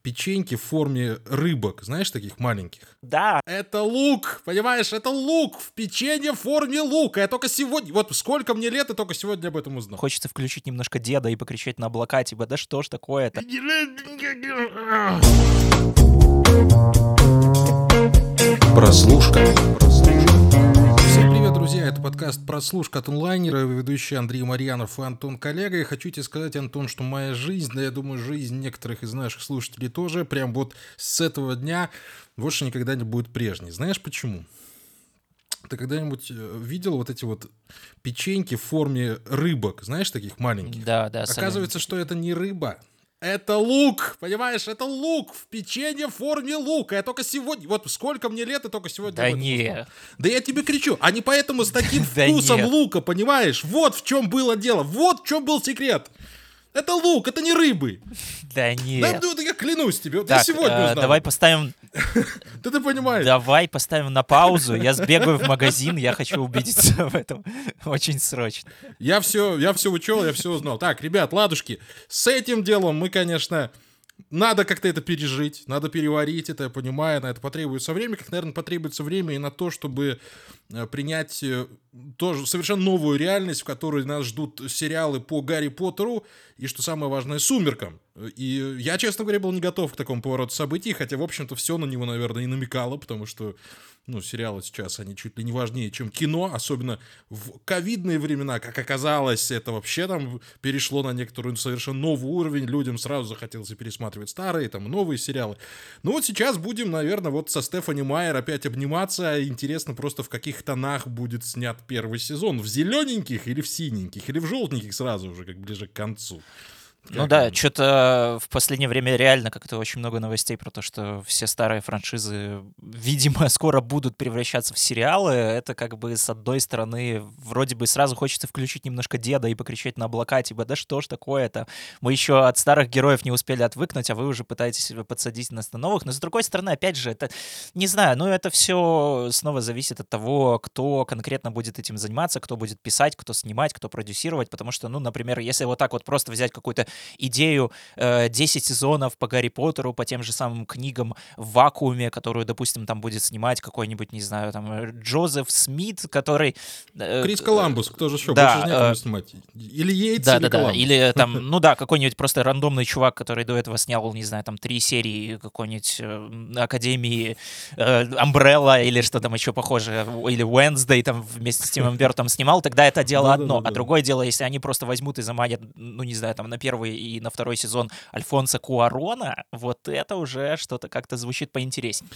печеньки в форме рыбок, знаешь, таких маленьких? Да. Это лук, понимаешь, это лук в печенье в форме лука. Я только сегодня, вот сколько мне лет, и только сегодня об этом узнал. Хочется включить немножко деда и покричать на облака, типа, да что ж такое-то? Прослушка. Всем привет, друзья, это подкаст «Прослушка» от онлайнера, ведущий Андрей Марьянов и Антон Коллега. И хочу тебе сказать, Антон, что моя жизнь, да я думаю, жизнь некоторых из наших слушателей тоже, прям вот с этого дня больше никогда не будет прежней. Знаешь почему? Ты когда-нибудь видел вот эти вот печеньки в форме рыбок, знаешь, таких маленьких? Да. Оказывается, что это не рыба. Это лук, понимаешь, это лук в печенье в форме лука. Я только сегодня, вот сколько мне лет, и только сегодня Да об этом не. узнал. Да я тебе кричу, они поэтому с таким вкусом лука, понимаешь? Вот в чем было дело, вот в чем был секрет. Это лук, это не рыбы. Да нет. Да я клянусь тебе, вот Так, я сегодня узнал. давай поставим... Да ты понимаешь. Давай поставим на паузу, я сбегаю в магазин, я хочу убедиться в этом очень срочно. Я все учел, я все узнал. Так, ребят, ладушки, с этим делом мы, конечно, надо как-то это пережить, надо переварить это, я понимаю, на это потребуется время, как, наверное, потребуется время и на то, чтобы принять тоже совершенно новую реальность, в которой нас ждут сериалы по Гарри Поттеру и, что самое важное, Сумеркам. И я, честно говоря, был не готов к такому повороту событий, хотя, в общем-то, все на него, наверное, и намекало, потому что, сериалы сейчас, они чуть ли не важнее, чем кино, особенно в ковидные времена, как оказалось, это вообще там перешло на некоторую совершенно новый уровень, людям сразу захотелось и пересматривать старые, там, новые сериалы. Ну вот сейчас будем, наверное, вот со Стефани Майер опять обниматься, интересно просто в каких тонах будет снят первый сезон, в зелененьких или в синеньких, или в желтеньких сразу уже, как ближе к концу. Что-то в последнее время реально как-то очень много новостей про то, что все старые франшизы, видимо, скоро будут превращаться в сериалы. Это как бы, с одной стороны, вроде бы сразу хочется включить немножко деда и покричать на облака, типа, да что ж такое-то? Мы еще от старых героев не успели отвыкнуть, а вы уже пытаетесь подсадить нас на новых. Но, с другой стороны, опять же, это, не знаю, это все снова зависит от того, кто конкретно будет этим заниматься, кто будет писать, кто снимать, кто продюсировать, потому что, например, если вот так вот просто взять какую-то идею 10 сезонов по Гарри Поттеру, по тем же самым книгам в вакууме, которую, допустим, там будет снимать какой-нибудь, не знаю, там, Джозеф Смит, который... Крис Коламбус, кто же еще? Больше же некому снимать. Или Йейтс, или Коламбус. Или там, какой-нибудь просто рандомный чувак, который до этого снял, не знаю, там, 3 серии какой-нибудь Академии Umbrella или что там еще похожее, или Wednesday там вместе с Тимом Бёртоном снимал, тогда это дело одно. А другое дело, если они просто возьмут и заманят, не знаю, там, на первый и на второй сезон Альфонсо Куарона, вот это уже что-то как-то звучит поинтереснее.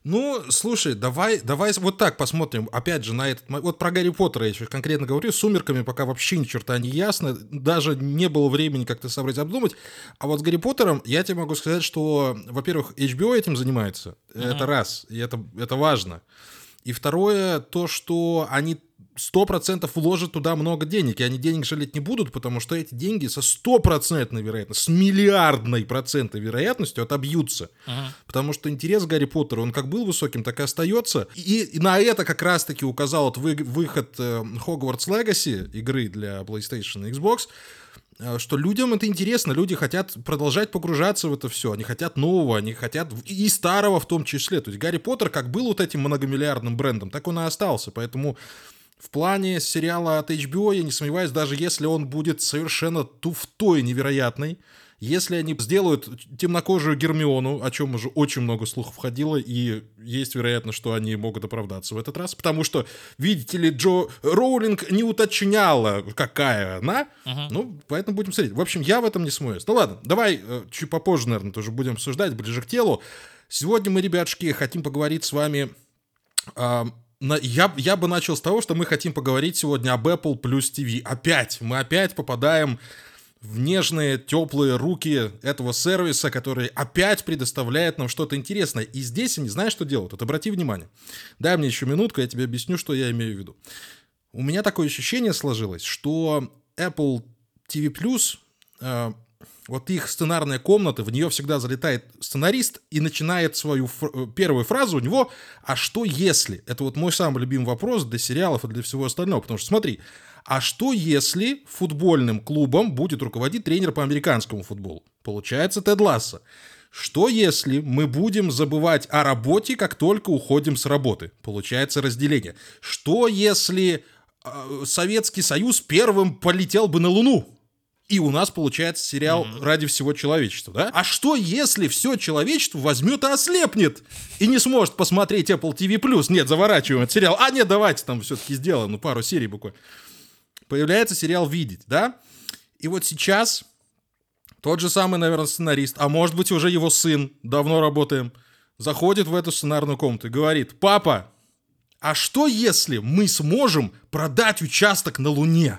Слушай, давай вот так посмотрим, опять же, на этот... Вот про Гарри Поттера я еще конкретно говорю, с «Сумерками» пока вообще ни черта не ясно, даже не было времени как-то собрать, обдумать, а вот с Гарри Поттером я тебе могу сказать, что, во-первых, HBO этим занимается, это раз, и это важно, и второе, то, что они 100% вложат туда много денег, и они денег жалеть не будут, потому что эти деньги со 100% вероятностью, с миллиардной процентной вероятностью отобьются. Потому что интерес к Гарри Поттеру, он как был высоким, так и остается. И на это как раз-таки указал вот выход Hogwarts Legacy, игры для PlayStation и Xbox, что людям это интересно, люди хотят продолжать погружаться в это все, они хотят нового, они хотят и старого в том числе. То есть Гарри Поттер как был вот этим многомиллиардным брендом, так он и остался, поэтому... В плане сериала от HBO, я не сомневаюсь, даже если он будет совершенно туфтой невероятный, если они сделают темнокожую Гермиону, о чем уже очень много слухов ходило, и есть вероятность, что они могут оправдаться в этот раз, потому что, видите ли, Джо Роулинг не уточняла, какая она, поэтому будем смотреть. В общем, я в этом не сомневаюсь. Ну ладно, давай чуть попозже, наверное, тоже будем обсуждать, ближе к телу. Сегодня мы, ребятушки, хотим поговорить с вами... Я бы начал с того, что мы хотим поговорить сегодня об Apple Plus TV. Мы опять попадаем в нежные, теплые руки этого сервиса, который опять предоставляет нам что-то интересное. И здесь они, знаешь, что делают? Вот обрати внимание. Дай мне еще минутку, я тебе объясню, что я имею в виду. У меня такое ощущение сложилось, что Apple TV Plus... Вот их сценарная комната, в нее всегда залетает сценарист и начинает свою первую фразу у него «А что если?». Это вот мой самый любимый вопрос для сериалов и для всего остального. Потому что смотри, а что если футбольным клубом будет руководить тренер по американскому футболу? Получается Тед Лассо. Что если мы будем забывать о работе, как только уходим с работы? Получается разделение. Что если Советский Союз первым полетел бы на Луну? И у нас получается сериал ради всего человечества, да? А что, если все человечество возьмет и ослепнет? И не сможет посмотреть Apple TV+. Нет, заворачиваем этот сериал. А нет, давайте там все-таки сделаем, пару серий буквально. Появляется сериал «Видеть», да? И вот сейчас тот же самый, наверное, сценарист, а может быть уже его сын, давно работаем, заходит в эту сценарную комнату и говорит: папа, а что если мы сможем продать участок на Луне?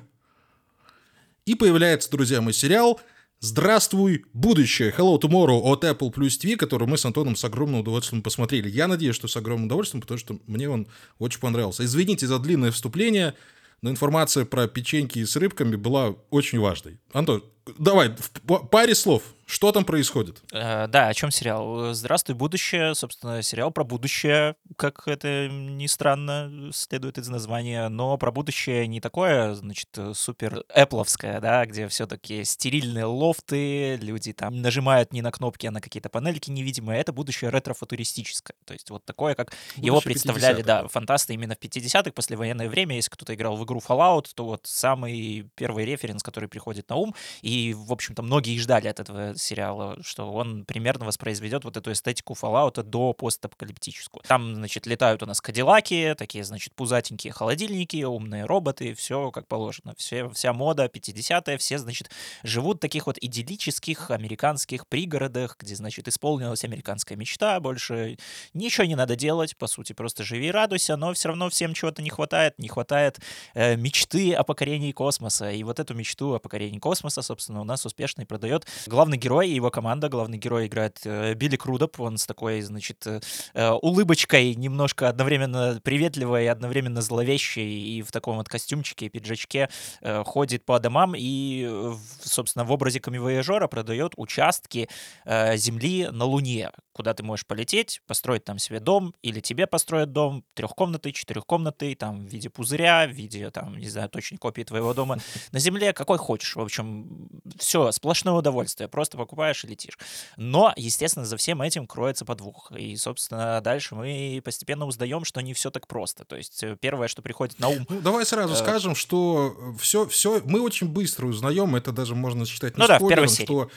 И появляется, друзья, мой сериал «Здравствуй, будущее», Hello Tomorrow от Apple Plus TV, который мы с Антоном с огромным удовольствием посмотрели. Я надеюсь, что с огромным удовольствием, потому что мне он очень понравился. Извините за длинное вступление, но информация про печеньки с рыбками была очень важной. Антон, давай, в паре слов, что там происходит? Да, о чем сериал? «Здравствуй, будущее». Собственно, сериал про будущее, как это ни странно следует из названия, но про будущее не такое, значит, супер эппловское, да, где все-таки стерильные лофты, люди там нажимают не на кнопки, а на какие-то панельки невидимые. Это будущее ретро-футуристическое. То есть вот такое, как будущее его представляли, да, фантасты именно в 50-х, послевоенное время. Если кто-то играл в игру Fallout, то вот самый первый референс, который приходит на ум, и, в общем-то, многие ждали от этого сериала, что он примерно воспроизведет вот эту эстетику Fallout до постапокалиптическую. Там, значит, летают у нас кадиллаки, такие, значит, пузатенькие холодильники, умные роботы, все как положено. Вся мода 50-е, все, значит, живут в таких вот идиллических американских пригородах, где, значит, исполнилась американская мечта, больше ничего не надо делать, по сути, просто живи и радуйся, но все равно всем чего-то не хватает мечты о покорении космоса, и вот эту мечту о покорении космоса, собственно, у нас успешно и продает главный герой и его команда. Главный герой играет Билли Крудоп, он с такой, значит, улыбочкой, немножко одновременно приветливой, одновременно зловещей, и в таком вот костюмчике и пиджачке ходит по домам и, собственно, в образе камевояжера продает участки земли на Луне, куда ты можешь полететь, построить там себе дом, или тебе построят дом, 3-комнатный, 4-комнатный, там, в виде пузыря, в виде, там, не знаю, точной копии твоего дома на Земле, какой хочешь. В общем, все, сплошное удовольствие, просто покупаешь и летишь. Но, естественно, за всем этим кроется подвох. И, собственно, дальше мы постепенно узнаем, что не все так просто. То есть первое, что приходит на ум... Ну, давай сразу скажем, что все мы очень быстро узнаем, это даже можно считать не в первой спойлером, серии. что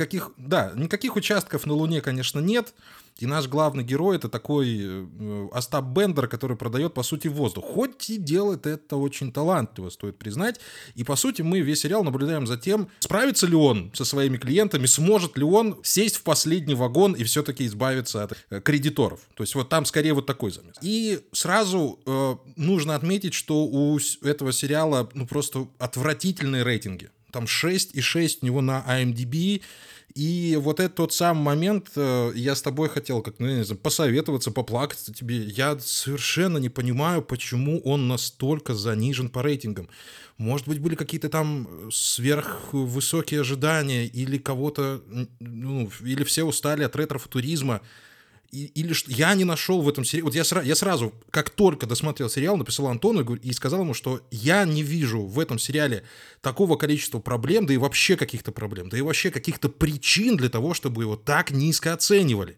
никаких участков на Луне, конечно, нет. И наш главный герой — это такой Остап Бендер, который продает, по сути, воздух. Хоть и делает это очень талантливо, стоит признать. И, по сути, мы весь сериал наблюдаем за тем, справится ли он со своими клиентами, сможет ли он сесть в последний вагон и все-таки избавиться от кредиторов. То есть вот там скорее вот такой замес. И сразу нужно отметить, что у этого сериала просто отвратительные рейтинги. Там 6,6 у него на IMDb. И вот это тот самый момент, я с тобой хотел посоветоваться, поплакаться тебе. Я совершенно не понимаю, почему он настолько занижен по рейтингам. Может быть, были какие-то там сверхвысокие ожидания, или кого-то, или все устали от ретро-футуризма. Или что я не нашел в этом сериале. Вот я сразу, как только досмотрел сериал, написал Антону и сказал ему, что я не вижу в этом сериале такого количества проблем, да и вообще каких-то проблем, да и вообще каких-то причин для того, чтобы его так низко оценивали.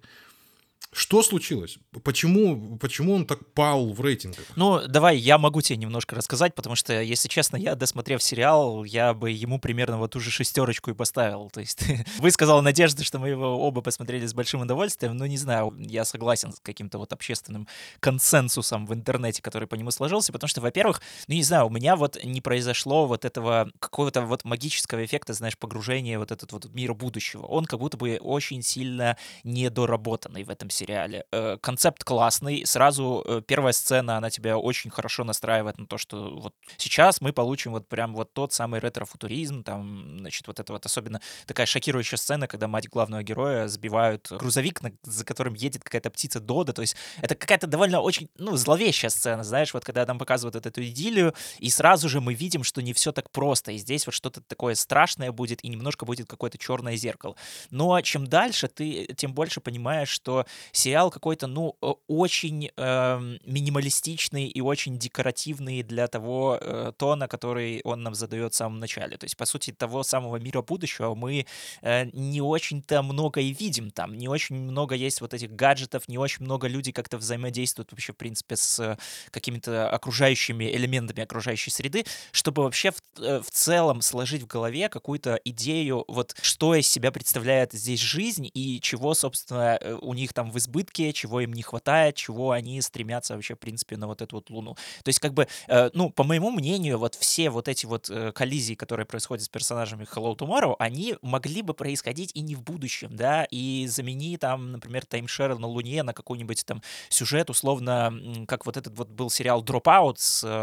Что случилось? Почему он так пал в рейтингах? Ну, давай, я могу тебе немножко рассказать, потому что, если честно, я, досмотрев сериал, я бы ему примерно вот ту же 6 и поставил. То есть высказал надежду, что мы его оба посмотрели с большим удовольствием, но не знаю, я согласен с каким-то вот общественным консенсусом в интернете, который по нему сложился, потому что, во-первых, не знаю, у меня вот не произошло вот этого какого-то вот магического эффекта, знаешь, погружения вот этот вот мир будущего. Он как будто бы очень сильно недоработанный в этом сериале. Концепт классный. Сразу первая сцена, она тебя очень хорошо настраивает на то, что вот сейчас мы получим вот прям вот тот самый ретро-футуризм, там, значит, вот это вот особенно такая шокирующая сцена, когда мать главного героя сбивают грузовик, за которым едет какая-то птица Дода, то есть это какая-то довольно очень, зловещая сцена, знаешь, вот когда там показывают вот эту идиллию, и сразу же мы видим, что не все так просто, и здесь вот что-то такое страшное будет, и немножко будет какое-то черное зеркало. Но чем дальше, ты тем больше понимаешь, что сериал какой-то, ну, очень минималистичный и очень декоративный для того тона, который он нам задает в самом начале. То есть, по сути, того самого мира будущего мы не очень-то много и видим там, не очень много есть вот этих гаджетов, не очень много людей как-то взаимодействуют вообще, в принципе, с какими-то окружающими элементами окружающей среды, чтобы вообще в целом сложить в голове какую-то идею, вот что из себя представляет здесь жизнь и чего, собственно, у них там в избытке, чего им не хватает, чего они стремятся вообще, в принципе, на вот эту вот Луну. То есть, как бы, ну, по моему мнению, вот все вот эти вот коллизии, которые происходят с персонажами Hello Tomorrow, они могли бы происходить и не в будущем, да, и замени там, например, таймшер на Луне на какой-нибудь там сюжет, условно, как вот этот вот был сериал Dropout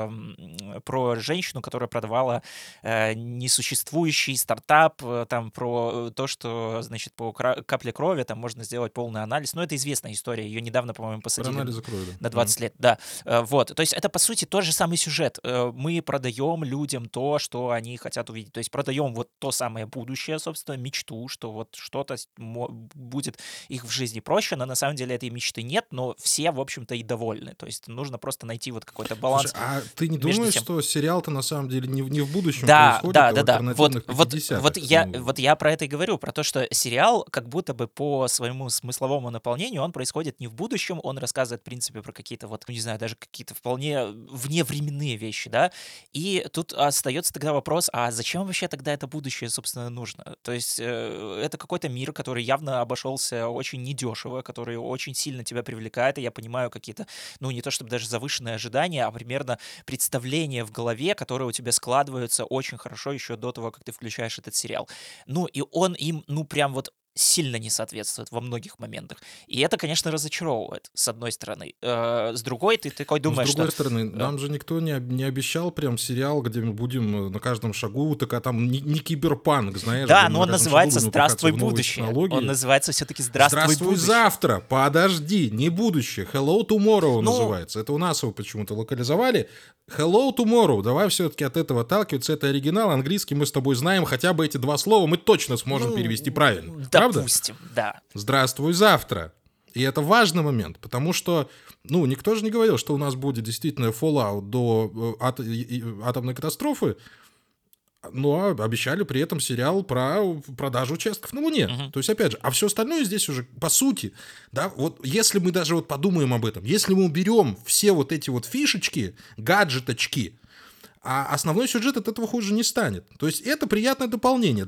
про женщину, которая продавала несуществующий стартап, там про то, что, значит, по капле крови там можно сделать полный анализ. Но это известная история, ее недавно, по-моему, Про посадили анализы крови, да. на 20 лет, да. Вот, то есть это, по сути, тот же самый сюжет. Мы продаем людям то, что они хотят увидеть. То есть продаем вот то самое будущее, собственно, мечту, что вот что-то будет их в жизни проще, но на самом деле этой мечты нет, но все, в общем-то, и довольны. То есть нужно просто найти вот какой-то баланс. Слушай, а ты не между думаешь, тем. что сериал-то на самом деле не в будущем Да, происходит, да, а в да, да. Вот, альтернативных вот, 50-х? вот я про это и говорю, про то, что сериал как будто бы по своему смысловому наполнению он происходит не в будущем, он рассказывает, в принципе, про какие-то вот, ну, не знаю, даже какие-то вполне вневременные вещи, да, и тут остается тогда вопрос, а зачем вообще тогда это будущее, собственно, нужно? То есть это какой-то мир, который явно обошелся очень недешево, который очень сильно тебя привлекает, и я понимаю какие-то, ну, не то чтобы даже завышенные ожидания, а примерно представления в голове, которые у тебя складываются очень хорошо еще до того, как ты включаешь этот сериал. Ну, и он им, ну, прям вот сильно не соответствует во многих моментах. И это, конечно, разочаровывает, с одной стороны. С другой, ты такой Ну, с думаешь, что... другой стороны, нам же никто не обещал прям сериал, где мы будем на каждом шагу, так а там не киберпанк, знаешь, Да, где мы но на он каждом шагу называется будем упихаться «Здравствуй, в новые будущее». Он технологии. называется все-таки «Здравствуй, Здравствуй будущее». завтра, подожди, не будущее, Hello Tomorrow Ну, называется. Это у нас его почему-то локализовали. Hello Tomorrow, давай все-таки от этого отталкиваться, это оригинал, английский мы с тобой знаем, хотя бы эти два слова мы точно сможем перевести правильно, правда? допустим, да. Здравствуй завтра. И это важный момент, потому что, ну, никто же не говорил, что у нас будет действительно Fallout до атомной катастрофы, но обещали при этом сериал про продажу участков на Луне. Мгм. То есть, опять же, а все остальное здесь уже, по сути, да, вот если мы даже вот подумаем об этом, если мы уберем все вот эти вот фишечки, гаджеточки, а основной сюжет от этого хуже не станет. То есть это приятное дополнение.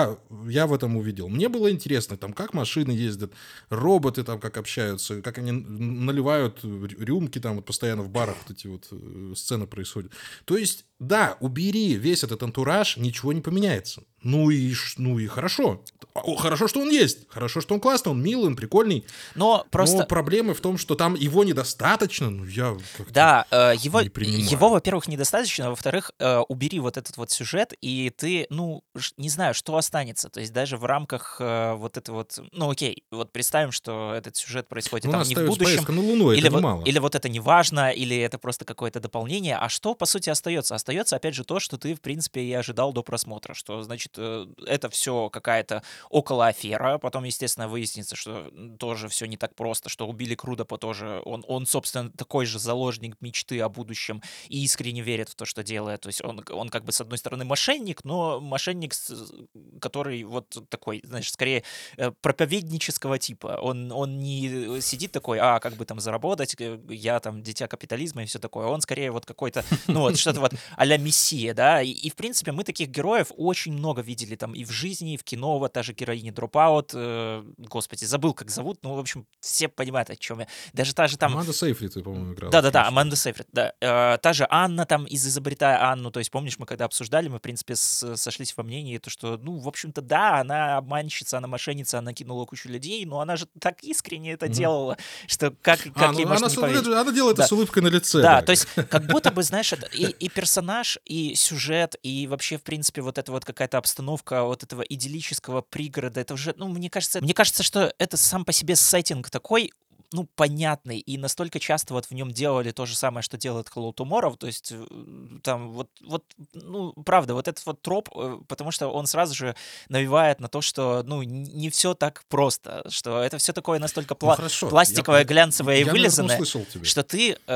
Я в этом увидел. Мне было интересно, там, как машины ездят, роботы там как общаются, как они наливают рюмки, там вот постоянно в барах вот эти вот сцены происходят. То есть, да, убери весь этот антураж, ничего не поменяется. Ну и хорошо. Хорошо, что он есть. Хорошо, что он классный, он милый, он прикольный. Но просто... Но проблемы в том, что там его недостаточно. Ну, я как-то Да, не принимаю. его, во-первых, недостаточно, а во-вторых, убери вот этот вот сюжет, и ты, ну, не знаю, что останется. То есть даже в рамках вот этого вот... Ну, окей, вот представим, что этот сюжет происходит Ну, у там нас не в остается будущем, поездка на Луну, это немало. или вот это не важно, или это просто какое-то дополнение. А что, по сути, остается? Остается, опять же, то, что ты, в принципе, и ожидал до просмотра, что, значит, это все какая-то около афера, потом, естественно, выяснится, что тоже все не так просто, что у Билли Крудапа тоже, он, собственно, такой же заложник мечты о будущем и искренне верит в то, что делает. То есть он как бы, с одной стороны, мошенник, но мошенник, который вот такой, знаешь, скорее проповеднического типа. Он не сидит такой, как бы там заработать, я там дитя капитализма и все такое. Он скорее вот какой-то, ну вот что-то вот а-ля мессия, да, и в принципе мы таких героев очень много видели там и в жизни, и в кино, вот та же героиня Dropout, господи, забыл, как зовут, ну, в общем, все понимают, о чем я. Даже та же там... Аманда Сейфрид, ты, по-моему, играла. Да-да-да, Аманда Сейфрид, да. Та же Анна там из «Изобретая Анну», то есть помнишь, мы когда обсуждали, мы, в принципе, сошлись во мнении, то, что, ну, в общем-то, да, она обманщица, она мошенница, она кинула кучу людей, но она же так искренне это делала, что как ей можно не поверить. Она делает это с улыбкой на лице. Да, то есть как будто бы, знаешь, это и персонаж, и сюжет, и вообще, в принципе, вот эта вот какая-то обстановка вот этого идиллического пригорода, это уже, ну, мне кажется, что это сам по себе сеттинг такой, ну, понятный, и настолько часто вот в нем делали то же самое, что делает Hello Tomorrow, то есть там ну, правда, вот этот вот троп, потому что он сразу же навевает на то, что, ну, не все так просто, что это все такое настолько Ну хорошо, пластиковое, глянцевое и наверное, вылизанное, услышал тебя. что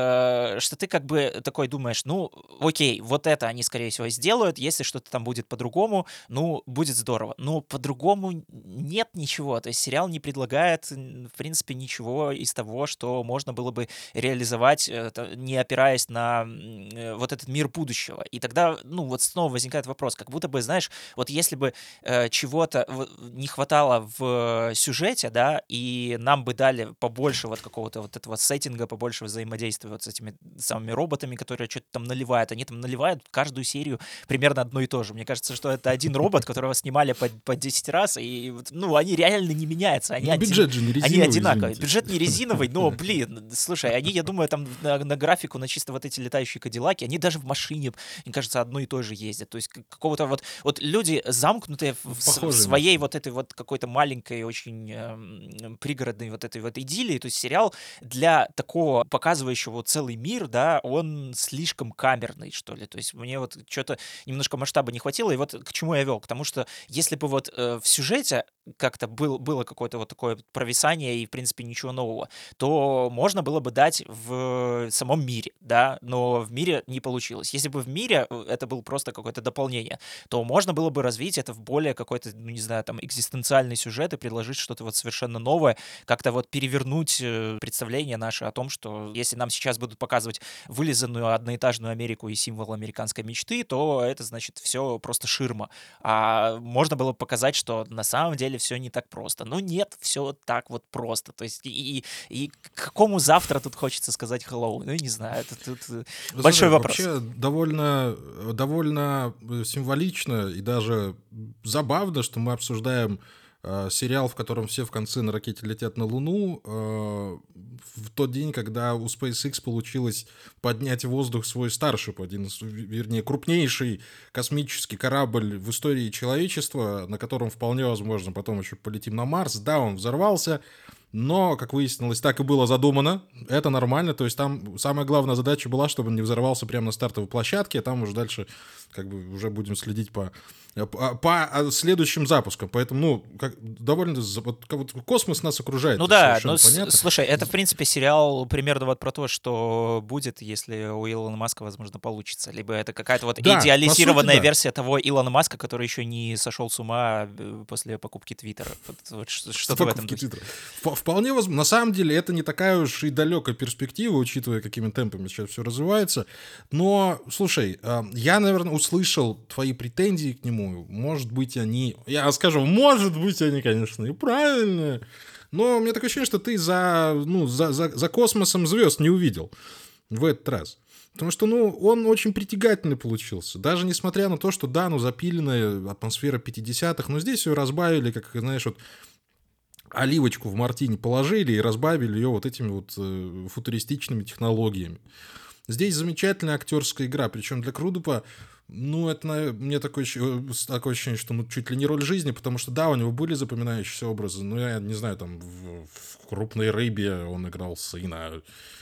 ты как бы такой думаешь, ну, окей, вот это они, скорее всего, сделают, если что-то там будет по-другому, ну, будет здорово. Но по-другому нет ничего, то есть сериал не предлагает, в принципе, ничего из того, что можно было бы реализовать, не опираясь на вот этот мир будущего. И тогда, ну, вот снова возникает вопрос, как будто бы, знаешь, вот если бы чего-то не хватало в сюжете, да, и нам бы дали побольше вот какого-то вот этого сеттинга, побольше взаимодействия вот с этими самыми роботами, которые что-то там наливают. Они там наливают каждую серию примерно одно и то же. Мне кажется, что это один робот, которого снимали по 10 раз, и, ну, они реально не меняются. Ну, бюджет же не резиновый, они одинаковые. извините. Бюджет не резиновый, но, блин, слушай, они, я думаю, там на графику, на чисто вот эти летающие кадиллаки, они даже в машине, мне кажется, одно и то же ездят. То есть какого-то вот люди замкнутые в своей машины. вот этой вот какой-то маленькой, очень пригородной вот этой вот идиллии. То есть сериал для такого показывающего целый мир, да, он слишком камерный, что ли. То есть мне вот что-то немножко масштаба не хватило. И вот к чему я вел? К тому, что если бы вот в сюжете как-то было какое-то вот такое провисание и, в принципе, ничего нового, то можно было бы дать в самом мире, да, но в мире не получилось. Если бы в мире это было просто какое-то дополнение, то можно было бы развить это в более какой-то, ну, не знаю, там, экзистенциальный сюжет и предложить что-то вот совершенно новое, как-то вот перевернуть представление наше о том, что если нам сейчас будут показывать вылизанную одноэтажную Америку и символ американской мечты, то это, значит, все просто ширма. А можно было показать, что на самом деле все не так просто. Но нет, все так вот просто. То есть и к какому завтра тут хочется сказать hello? Ну, не знаю, это тут большой вопрос. Вообще довольно символично и даже забавно, что мы обсуждаем сериал, в котором все в конце на ракете летят на Луну, в тот день, когда у SpaceX получилось поднять в воздух свой Starship, вернее, крупнейший космический корабль в истории человечества, на котором вполне возможно потом еще полетим на Марс. Да, он взорвался, но, как выяснилось, так и было задумано. Это нормально. То есть там самая главная задача была, чтобы он не взорвался прямо на стартовой площадке, а там уже дальше как бы уже будем следить по следующим запускам. Поэтому, ну, довольно... Вот космос нас окружает. Ну да, но слушай, это, в принципе, сериал примерно вот про то, что будет, если у Илона Маска, возможно, получится. Либо это какая-то вот идеализированная сути, версия того Илона Маска, который еще не сошел с ума после покупки Твиттера. Вот что-то в этом духе. Вполне возможно. На самом деле, это не такая уж и далекая перспектива, учитывая, какими темпами сейчас все развивается. Но, слушай, я, наверное, услышал твои претензии к нему. Может быть, я скажу, может быть, они, конечно, и правильные. Но у меня такое ощущение, что ты за космосом звезд не увидел в этот раз. Потому что, он очень притягательный получился. Даже несмотря на то, что, да, запиленная атмосфера 50-х, но здесь ее разбавили, как, знаешь, вот оливочку в мартини положили и разбавили ее вот этими вот футуристичными технологиями. Здесь замечательная актерская игра, причем для Крудупа, это мне такое ощущение, что чуть ли не роль жизни, потому что, да, у него были запоминающиеся образы, но я не знаю, там в «Крупной рыбе» он играл сына,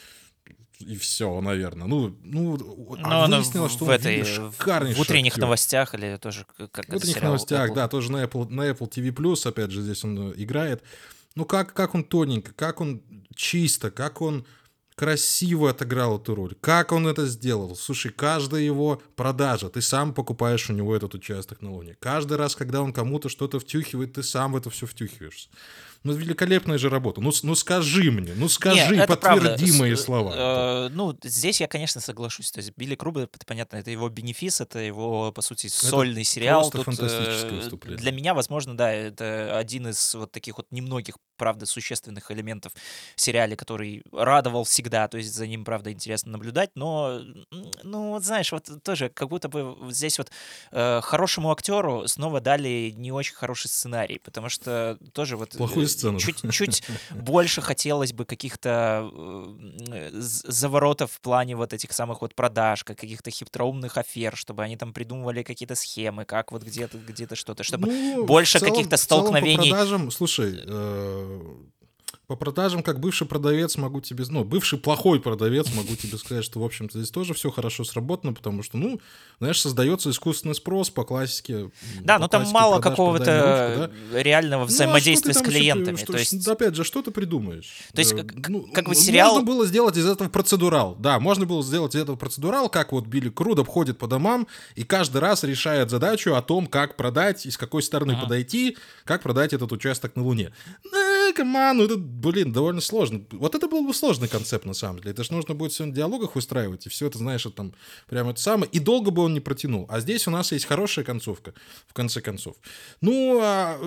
и все, наверное. Выяснилось, что он шикарнейший в утренних актер. новостях или тоже как в утренних новостях, да, тоже на Apple TV+, опять же, здесь он играет. Как он тоненько, как он чисто, как он красиво отыграл эту роль. Как он это сделал? Слушай, каждая его продажа, ты сам покупаешь у него этот участок на Луне. Каждый раз, когда он кому-то что-то втюхивает, ты сам в это все втюхиваешься. Великолепная же работа. Скажи мне, подтверди мои слова. Здесь я, конечно, соглашусь. То есть Билли Крубер, это понятно, это его бенефис, это его, по сути, сольный сериал. Просто фантастическое выступление. Для меня, возможно, да, это один из вот таких вот немногих, правда, существенных элементов в сериале, который радовал всегда. То есть за ним, правда, интересно наблюдать. Но, знаешь, вот тоже как будто бы здесь вот хорошему актеру снова дали не очень хороший сценарий, потому что тоже вот... Плохую сцену. Чуть больше хотелось бы каких-то заворотов в плане вот этих самых вот продаж, каких-то хитроумных афер, чтобы они там придумывали какие-то схемы, как вот где-то что-то, чтобы больше каких-то столкновений. По продажам, слушай, По продажам, как бывший продавец, могу тебе... Ну, бывший плохой продавец, могу тебе сказать, что, в общем-то, здесь тоже все хорошо сработано, потому что, ну, знаешь, создается искусственный спрос по классике. Да, по но там классике мало продаж, продай на ручку, какого-то реального взаимодействия с Ну, а что ты там клиентами. еще... То есть, Опять же, что ты придумаешь? то есть Ну, как бы сериал... можно было сделать из этого процедурал. Да, можно было сделать из этого процедурал, как вот Билли Крудоп ходит по домам и каждый раз решает задачу о том, как продать, и с какой стороны подойти, как продать этот участок на Луне. Команд, ну это, блин, довольно сложно. Вот это был бы сложный концепт, на самом деле. Это же нужно будет все на диалогах выстраивать, и все это, знаешь, это там прямо это самое. И долго бы он не протянул. А здесь у нас есть хорошая концовка, в конце концов. Ну,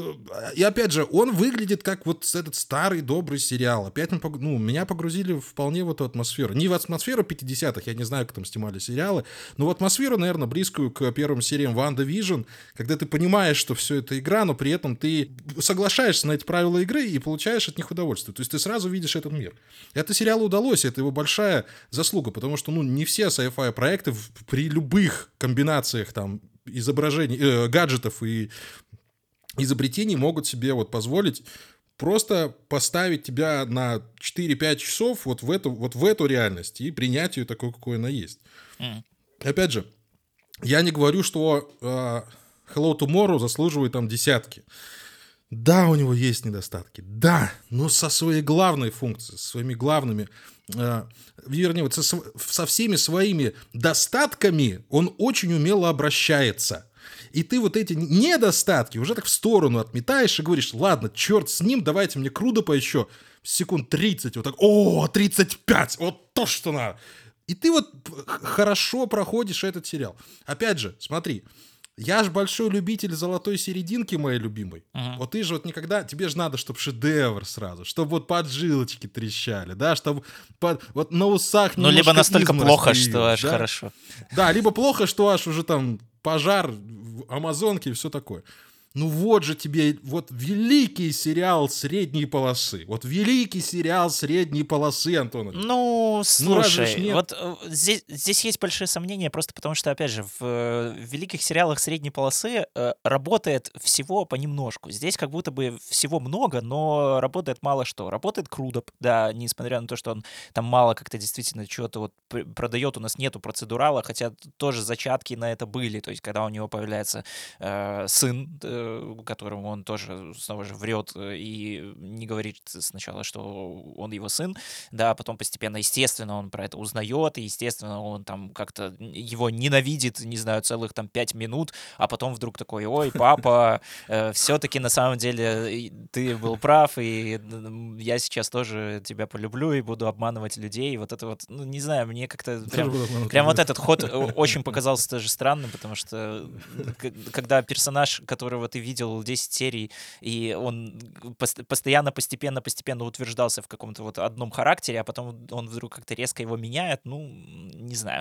и опять же, он выглядит как вот этот старый добрый сериал. Опять меня погрузили вполне в эту атмосферу. Не в атмосферу 50-х, я не знаю, как там снимали сериалы, но в атмосферу, наверное, близкую к первым сериям WandaVision, когда ты понимаешь, что все это игра, но при этом ты соглашаешься на эти правила игры и получаешь от них удовольствие. То есть ты сразу видишь этот мир. Это сериалу удалось, это его большая заслуга, потому что, ну, не все sci-fi проекты при любых комбинациях там изображений, гаджетов и изобретений могут себе вот позволить просто поставить тебя на 4-5 часов вот в эту реальность и принять ее такой, какой она есть. Опять же, я не говорю, что Hello Tomorrow заслуживает там десятки. Да, у него есть недостатки, да, но со своей главной функцией, со своими главными, вернее, вот со всеми своими достатками он очень умело обращается. И ты вот эти недостатки уже так в сторону отметаешь и говоришь, ладно, черт с ним, давайте мне Крудопа еще секунд 30, вот так, 35, вот то, что надо. И ты вот хорошо проходишь этот сериал. Опять же, смотри, я же большой любитель золотой серединки моей любимой. Вот ты же вот никогда... Тебе же надо, чтобы шедевр сразу, чтобы вот поджилочки трещали, да, чтобы вот на усах немножко... Ну, либо настолько плохо, что аж да? хорошо. Да, либо плохо, что аж уже там пожар в Амазонке и все такое. Ну вот же тебе вот великий сериал средней полосы. Вот великий сериал средней полосы, Антон. Ну, слушай, вот здесь есть большие сомнения, просто потому что, опять же, в великих сериалах средней полосы работает всего понемножку. Здесь как будто бы всего много, но работает мало что. Работает Крудоп, да, несмотря на то, что он там мало как-то действительно чего-то вот продает, у нас нету процедурала, хотя тоже зачатки на это были. То есть, когда у него появляется сын, которому он тоже снова же врет и не говорит сначала, что он его сын, да, потом постепенно, естественно, он про это узнает, и, естественно, он там как-то его ненавидит, не знаю, целых там 5 минут, а потом вдруг такой, ой, папа, все-таки на самом деле ты был прав, и я сейчас тоже тебя полюблю и буду обманывать людей, вот это вот, ну, не знаю, мне как-то прям вот этот ход очень показался тоже странным, потому что когда персонаж, которого ты видел 10 серий, и он постоянно, постепенно утверждался в каком-то вот одном характере, а потом он вдруг как-то резко его меняет, ну, не знаю.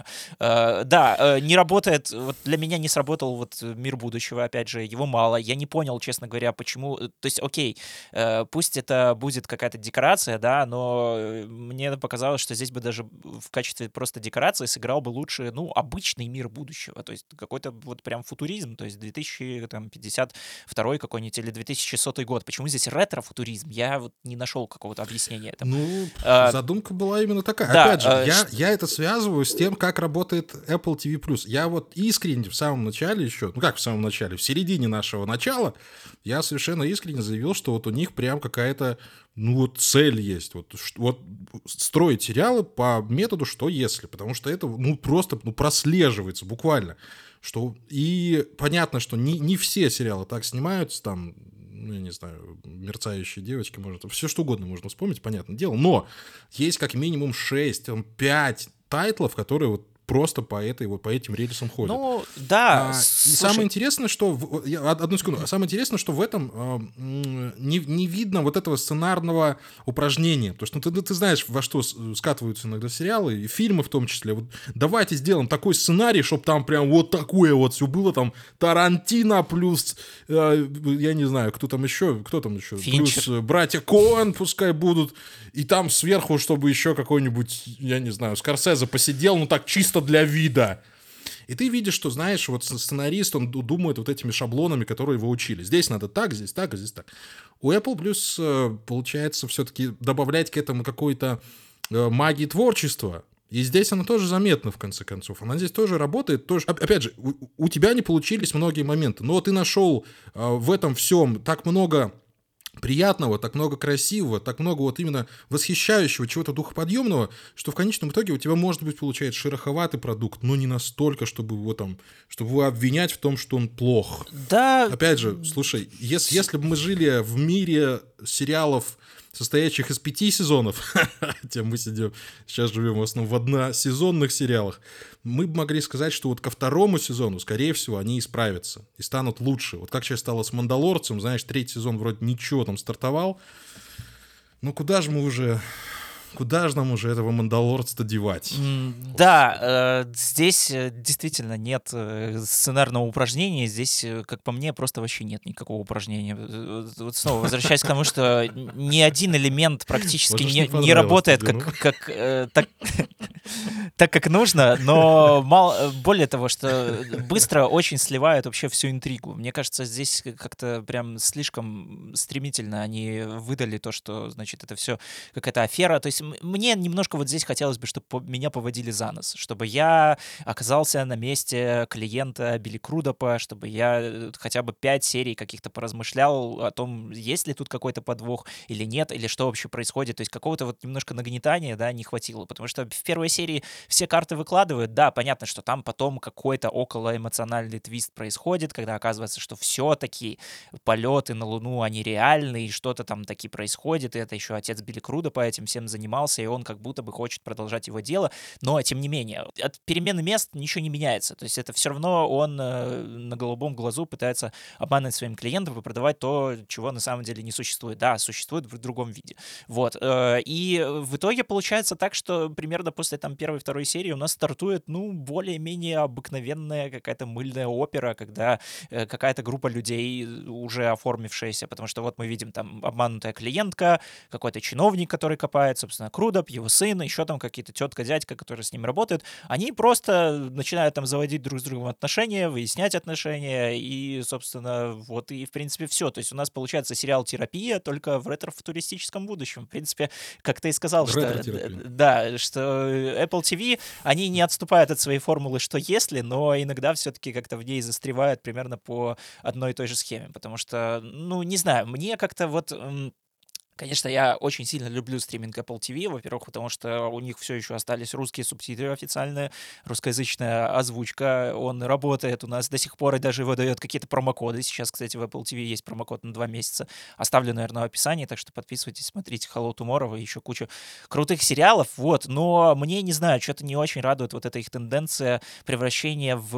Да, не работает, вот для меня не сработал вот «Мир будущего», опять же, его мало. Я не понял, честно говоря, почему... То есть, окей, пусть это будет какая-то декорация, да, но мне показалось, что здесь бы даже в качестве просто декорации сыграл бы лучше, ну, обычный «Мир будущего», то есть какой-то вот прям футуризм, то есть 2052 какой-нибудь или 2100 год. Почему здесь ретро-футуризм? Я вот не нашел какого-то объяснения этому. Ну, задумка была именно такая. Да, опять же, я это связываю с тем, как работает Apple TV+. Я вот искренне в самом начале еще, ну как в самом начале, в середине нашего начала, я совершенно искренне заявил, что вот у них прям какая-то, ну вот цель есть. Вот строить сериалы по методу «что если?», потому что это, ну просто, ну прослеживается буквально. Что, и понятно, что не все сериалы так снимаются, там, ну, я не знаю, «Мерцающие девочки», может, все что угодно можно вспомнить, понятное дело, но есть как минимум 6-5 тайтлов, которые вот просто по этим рельсам ходят. Ну, да. И самое интересное, что... Одну секунду. Самое интересное, что в этом не видно вот этого сценарного упражнения. Потому что ты знаешь, во что скатываются иногда сериалы, и фильмы в том числе. Вот давайте сделаем такой сценарий, чтобы там прям вот такое вот все было. Там Тарантино плюс, я не знаю, кто там еще? Финчер. Плюс братья Коэн пускай будут. И там сверху, чтобы еще какой-нибудь, я не знаю, Скорсезе посидел, ну так чисто для вида. И ты видишь, что, знаешь, вот сценарист, он думает вот этими шаблонами, которые его учили. Здесь надо так, здесь так, здесь так. У Apple Plus получается все-таки добавлять к этому какой-то магии творчества. И здесь она тоже заметна, в конце концов. Она здесь тоже работает. Тоже. Опять же, у тебя не получились многие моменты, но ты нашел в этом всем так много приятного, так много красивого, так много вот именно восхищающего, чего-то духоподъемного, что в конечном итоге у тебя, может быть, получается шероховатый продукт, но не настолько, чтобы его там, чтобы его обвинять в том, что он плох. Да. Опять же, слушай, если бы мы жили в мире сериалов, состоящих из 5 сезонов, тем мы сейчас живем в основном в односезонных сериалах, мы бы могли сказать, что вот ко второму сезону, скорее всего, они исправятся и станут лучше. Вот как сейчас стало с «Мандалорцем», знаешь, 3-й сезон вроде ничего там стартовал, но куда же нам уже этого «Мандалорца»-то девать? Да, здесь действительно нет сценарного упражнения, здесь, как по мне, просто вообще нет никакого упражнения. Вот снова возвращаясь к тому, что ни один элемент практически не работает так, как нужно, но более того, что быстро очень сливают вообще всю интригу. Мне кажется, здесь как-то прям слишком стремительно они выдали то, что, значит, это все какая-то афера. То есть мне немножко вот здесь хотелось бы, чтобы меня поводили за нос, чтобы я оказался на месте клиента Билли Крудопа, чтобы я хотя бы 5 серий каких-то поразмышлял о том, есть ли тут какой-то подвох или нет, или что вообще происходит. То есть какого-то вот немножко нагнетания, да, не хватило, потому что в первой серии все карты выкладывают, да, понятно, что там потом какой-то околоэмоциональный твист происходит, когда оказывается, что все-таки полеты на Луну, они реальны, и что-то там таки происходит, и это еще отец Билли Крудопа этим всем занимался, и он как будто бы хочет продолжать его дело, но, тем не менее, от перемены мест ничего не меняется, то есть это все равно он на голубом глазу пытается обманывать своим клиентам и продавать то, чего на самом деле не существует. Да, существует в другом виде. Вот. И в итоге получается так, что примерно после там первой-второй серии у нас стартует, ну, более-менее обыкновенная какая-то мыльная опера, когда какая-то группа людей, уже оформившаяся, потому что вот мы видим там обманутая клиентка, какой-то чиновник, который копает, собственно, Крудоп, его сын, еще там какие-то тетка, дядька, которые с ним работают, они просто начинают там заводить друг с другом отношения, выяснять отношения, и, собственно, вот и, в принципе, все. То есть у нас получается сериал «Терапия», только в ретро-футуристическом будущем. В принципе, как ты и сказал, что, да, что Apple TV, они не отступают от своей формулы «что если», но иногда все-таки как-то в ней застревают примерно по одной и той же схеме, потому что, ну, не знаю, мне как-то вот... Конечно, я очень сильно люблю стриминг Apple TV, во-первых, потому что у них все еще остались русские субтитры официальные, русскоязычная озвучка, он работает у нас до сих пор и даже выдает какие-то промокоды. Сейчас, кстати, в Apple TV есть промокод на 2 месяца. Оставлю, наверное, в описании, так что подписывайтесь, смотрите Hello Tomorrow и еще кучу крутых сериалов, вот. Но мне, не знаю, что-то не очень радует вот эта их тенденция превращения в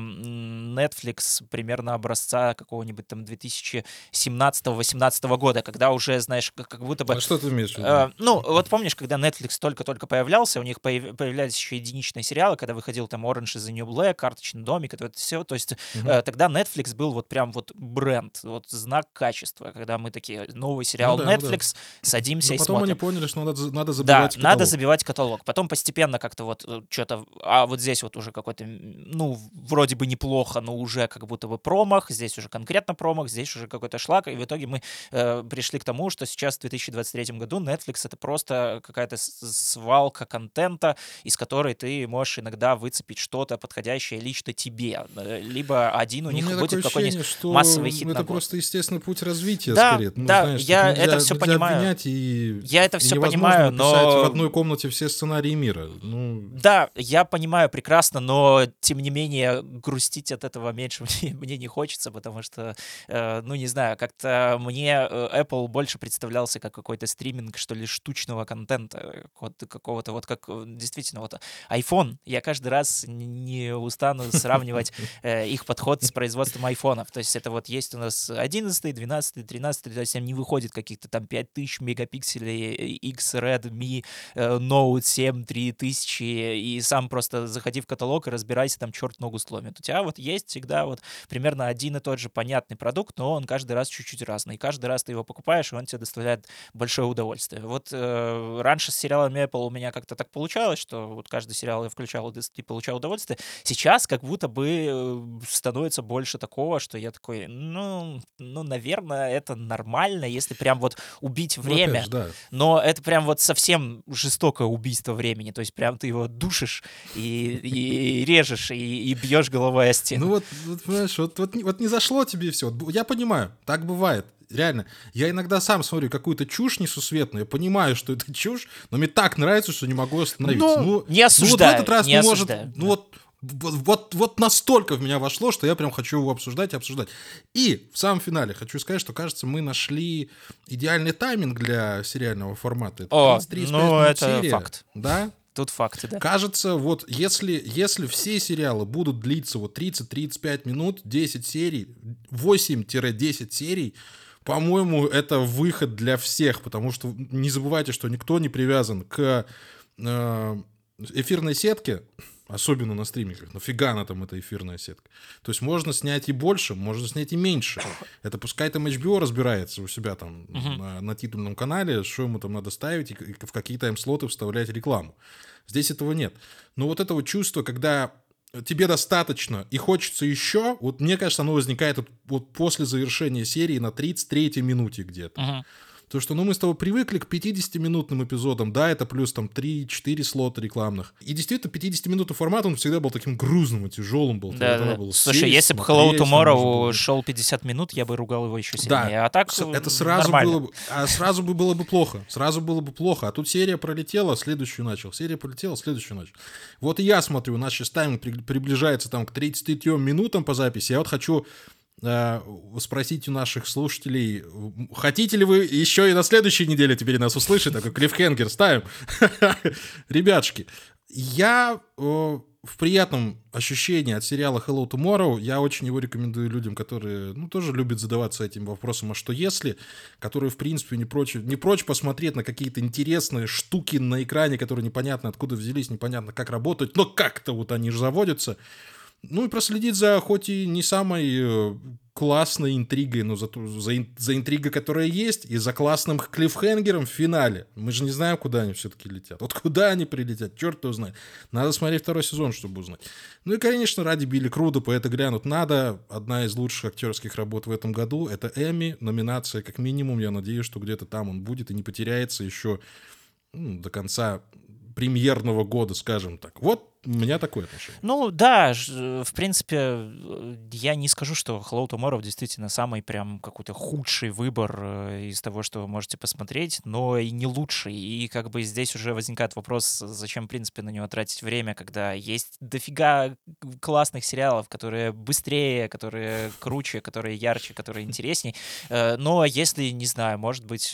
Netflix примерно образца какого-нибудь там 2017-18 года, когда уже, знаешь, как будто бы... А что ты имеешь в виду? Ну, вот помнишь, когда Netflix только-только появлялся, у них появлялись еще единичные сериалы, когда выходил там Orange is the New Black, Карточный домик, это вот все. То есть тогда Netflix был вот прям вот бренд, вот знак качества, когда мы такие, новый сериал Netflix, садимся и потом смотрим. они поняли, что надо забивать каталог. Надо забивать каталог. Потом постепенно как-то вот что-то... А вот здесь вот уже какой-то, ну, вроде бы неплохо, но уже как будто бы промах, здесь уже конкретно промах, здесь уже какой-то шлак, и в итоге мы пришли к тому, что сейчас в 2023 году Netflix — это просто какая-то свалка контента, из которой ты можешь иногда выцепить что-то подходящее лично тебе. Либо один у них будет какой-нибудь массовый хит на год. Это просто естественный путь развития, да, скорее. Ну, да, знаешь, я это все понимаю. Я это все понимаю, но... в одной комнате все сценарии мира. Ну... Да, я понимаю прекрасно, но, тем не менее, грустить от этого меньше мне не хочется, потому что, ну, не знаю, как-то мне Apple больше представлялся как какой-то стриминг, что ли, штучного контента, какого-то вот как действительно вот iPhone. Я каждый раз не устану сравнивать их подход с производством айфонов. То есть это вот есть у нас 11, 12, 13, то есть им не выходит каких-то там 5000 мегапикселей X-Redmi Note 7 3000, и сам просто заходи в каталог и разбирайся, там черт ногу сломит. У тебя вот есть всегда вот примерно один и тот же понятный продукт, но он каждый раз чуть-чуть разный. И каждый раз ты его покупаешь, и он тебе доставляет доставляет большое удовольствие. Вот раньше с сериалами Apple у меня как-то так получалось, что вот каждый сериал я включал и получал удовольствие. Сейчас как будто бы становится больше такого, что я такой, наверное, это нормально, если прям вот убить время, же, да. но это прям вот совсем жестокое убийство времени, то есть прям ты его душишь и режешь, и бьешь головой о стену. Ну вот понимаешь, вот не зашло тебе все. Я понимаю, так бывает. Реально, я иногда сам смотрю какую-то чушь несусветную, я понимаю, что это чушь, но мне так нравится, что не могу остановиться. Не осуждаю. Вот в этот раз, не осуждаю, вот настолько в меня вошло, что я прям хочу его обсуждать и обсуждать. И в самом финале хочу сказать, что, кажется, мы нашли идеальный тайминг для сериального формата. Это 30-35 минут это серия, факт. Да? Тут факты, да. Кажется, вот если все сериалы будут длиться вот 30-35 минут, 10 серий, 8-10 серий, по-моему, это выход для всех, потому что не забывайте, что никто не привязан к эфирной сетке, особенно на стримингах. Нафига она там, эта эфирная сетка? То есть можно снять и больше, можно снять и меньше. Это пускай там HBO разбирается у себя там на титульном канале, что ему там надо ставить и в какие тайм-слоты вставлять рекламу. Здесь этого нет. Но вот это вот чувство, когда тебе достаточно и хочется еще, вот мне кажется, оно возникает вот после завершения серии на 33-й минуте где-то. Потому что, мы с тобой привыкли к 50-минутным эпизодам, да, это плюс там 3-4 слота рекламных. И действительно, 50-минутный формат, он всегда был таким грузным и тяжелым был. Да. Слушай, если бы Hello Tomorrow шел 50 минут, я бы ругал его еще сильнее. Да, а так это сразу нормально. сразу было бы плохо. Сразу было бы плохо. А тут серия пролетела, следующую начал. Серия полетела, следующую начал. Вот и я смотрю, у нас сейчас тайминг приближается там к 33 минутам по записи. Я вот хочу спросить у наших слушателей, хотите ли вы еще и на следующей неделе теперь нас услышать, такой клиффхенгер ставим. Ребятушки, я в приятном ощущении от сериала Hello Tomorrow, я очень его рекомендую людям, которые, тоже любят задаваться этим вопросом, а что если, которые, в принципе, не прочь посмотреть на какие-то интересные штуки на экране, которые непонятно откуда взялись, непонятно как работают, но как-то вот они же заводятся. И проследить за, хоть и не самой классной интригой, но за интригой, которая есть, и за классным клиффхенгером в финале. Мы же не знаем, куда они все-таки летят. Вот куда они прилетят, черт его знает. Надо смотреть второй сезон, чтобы узнать. И, конечно, ради Билли Крудопа это глянуть надо. Одна из лучших актерских работ в этом году. Это Эмми, номинация как минимум. Я надеюсь, что где-то там он будет и не потеряется еще до конца премьерного года, скажем так. Вот у меня такое отношение. Да, в принципе, я не скажу, что Hello Tomorrow действительно самый прям какой-то худший выбор из того, что вы можете посмотреть, но и не лучший. И как бы здесь уже возникает вопрос, зачем, в принципе, на него тратить время, когда есть дофига классных сериалов, которые быстрее, которые круче, которые ярче, которые интересней. Но если, не знаю, может быть,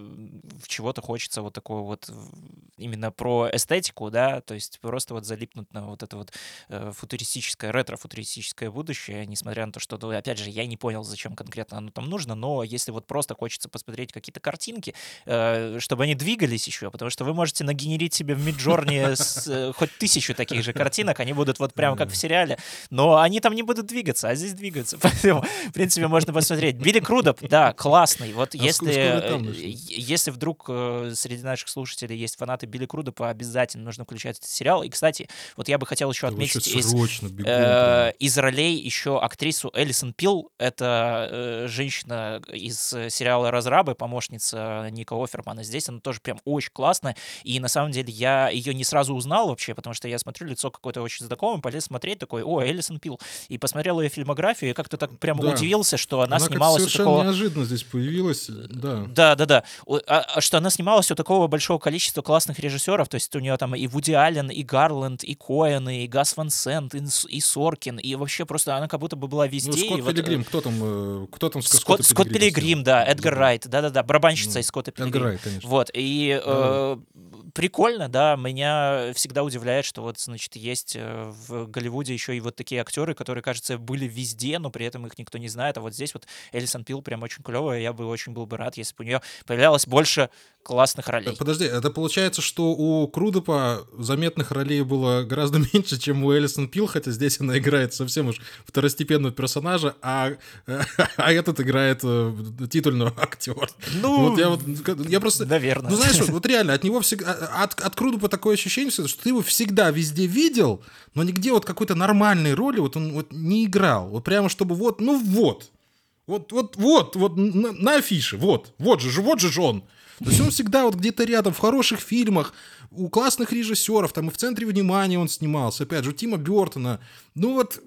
в чего-то хочется вот такого вот именно про эстетику, да, то есть просто вот залипнуть на вот это вот футуристическое, ретро-футуристическое будущее, несмотря на то, что, опять же, я не понял, зачем конкретно оно там нужно, но если вот просто хочется посмотреть какие-то картинки, чтобы они двигались еще, потому что вы можете нагенерить себе в Midjourney хоть 1000 таких же картинок, они будут вот прямо как в сериале, но они там не будут двигаться, а здесь двигаются, поэтому, в принципе, можно посмотреть. Билли Крудоп, да, классный, вот если вдруг среди наших слушателей есть фанаты Билли Крудопа, обязательно нужно включать этот сериал. И, кстати, вот я бы хотел еще отметить из ролей еще актрису Элисон Пил. Это женщина из сериала «Разрабы», помощница Ника Оффермана. Здесь она тоже прям очень классная. И на самом деле я ее не сразу узнал вообще, потому что я смотрю, лицо какое-то очень знакомое, полез смотреть, такой, Элисон Пил. И посмотрел ее фильмографию, и как-то так прям удивился, что она снималась у такого... неожиданно здесь появилась, да. Да. Что она снималась у такого большого количества классных режиссеров, то есть у нее там и Вуди Аллен, и Гарланд, и Коэн, и Гас Ван Sant, и Соркин, и вообще просто она как будто бы была везде. Скотт Пилигрим, кто там Скотт Пилигрим, да, Эдгар Райт, да, барабанщица из Скотта Пилигрима. Эдгар Райт, конечно. Вот, и Прикольно, да. Меня всегда удивляет, что вот, значит, есть в Голливуде еще и вот такие актеры, которые, кажется, были везде, но при этом их никто не знает. А вот здесь вот Элисон Пил прям очень клевая. Я бы очень был бы рад, если бы у нее появлялось больше классных ролей. Подожди, это получается, что у Крудопа заметных ролей было гораздо меньше, чем у Элисон Пил, хотя здесь она играет совсем уж второстепенного персонажа, а этот играет титульного актера. Ну, я просто... наверное. Ну, знаешь, вот реально, от него всегда... От Крудопа такое ощущение, что ты его всегда везде видел, но нигде вот какой-то нормальной роли вот он вот не играл. Вот прямо чтобы вот, ну вот. Вот на афише, вот же он. То есть он всегда вот где-то рядом, в хороших фильмах, у классных режиссеров, там и в центре внимания он снимался, опять же, у Тима Бёртона. Ну вот...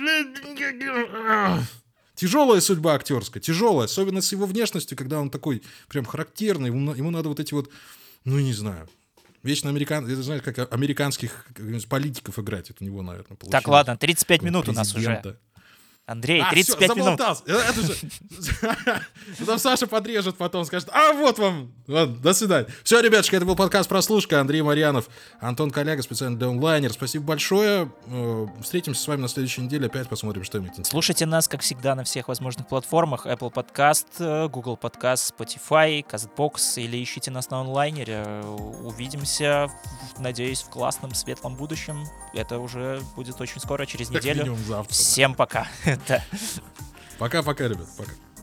Тяжелая судьба актерская, тяжелая, особенно с его внешностью, когда он такой прям характерный, ему надо вот эти вот, ну не знаю, вечно знаешь, как американских политиков играть, это у него, наверное, получилось. Так, ладно, 35 минут у нас уже. Андрей, 35 всё, минут. Это же... Там Саша подрежет потом, скажет, вот вам. Ладно, до свидания. Все, ребятушки, это был подкаст «Прослушка». Андрей Марьянов, Антон Коляга, специально для онлайнер. Спасибо большое. Встретимся с вами на следующей неделе. Опять посмотрим, что имеет. Слушайте нас, как всегда, на всех возможных платформах. Apple Podcast, Google Podcast, Spotify, CastBox или ищите нас на онлайнере. Увидимся, надеюсь, в классном, светлом будущем. Это уже будет очень скоро, через неделю. Как минимум завтра. Всем пока. Пока-пока, ребят. Пока.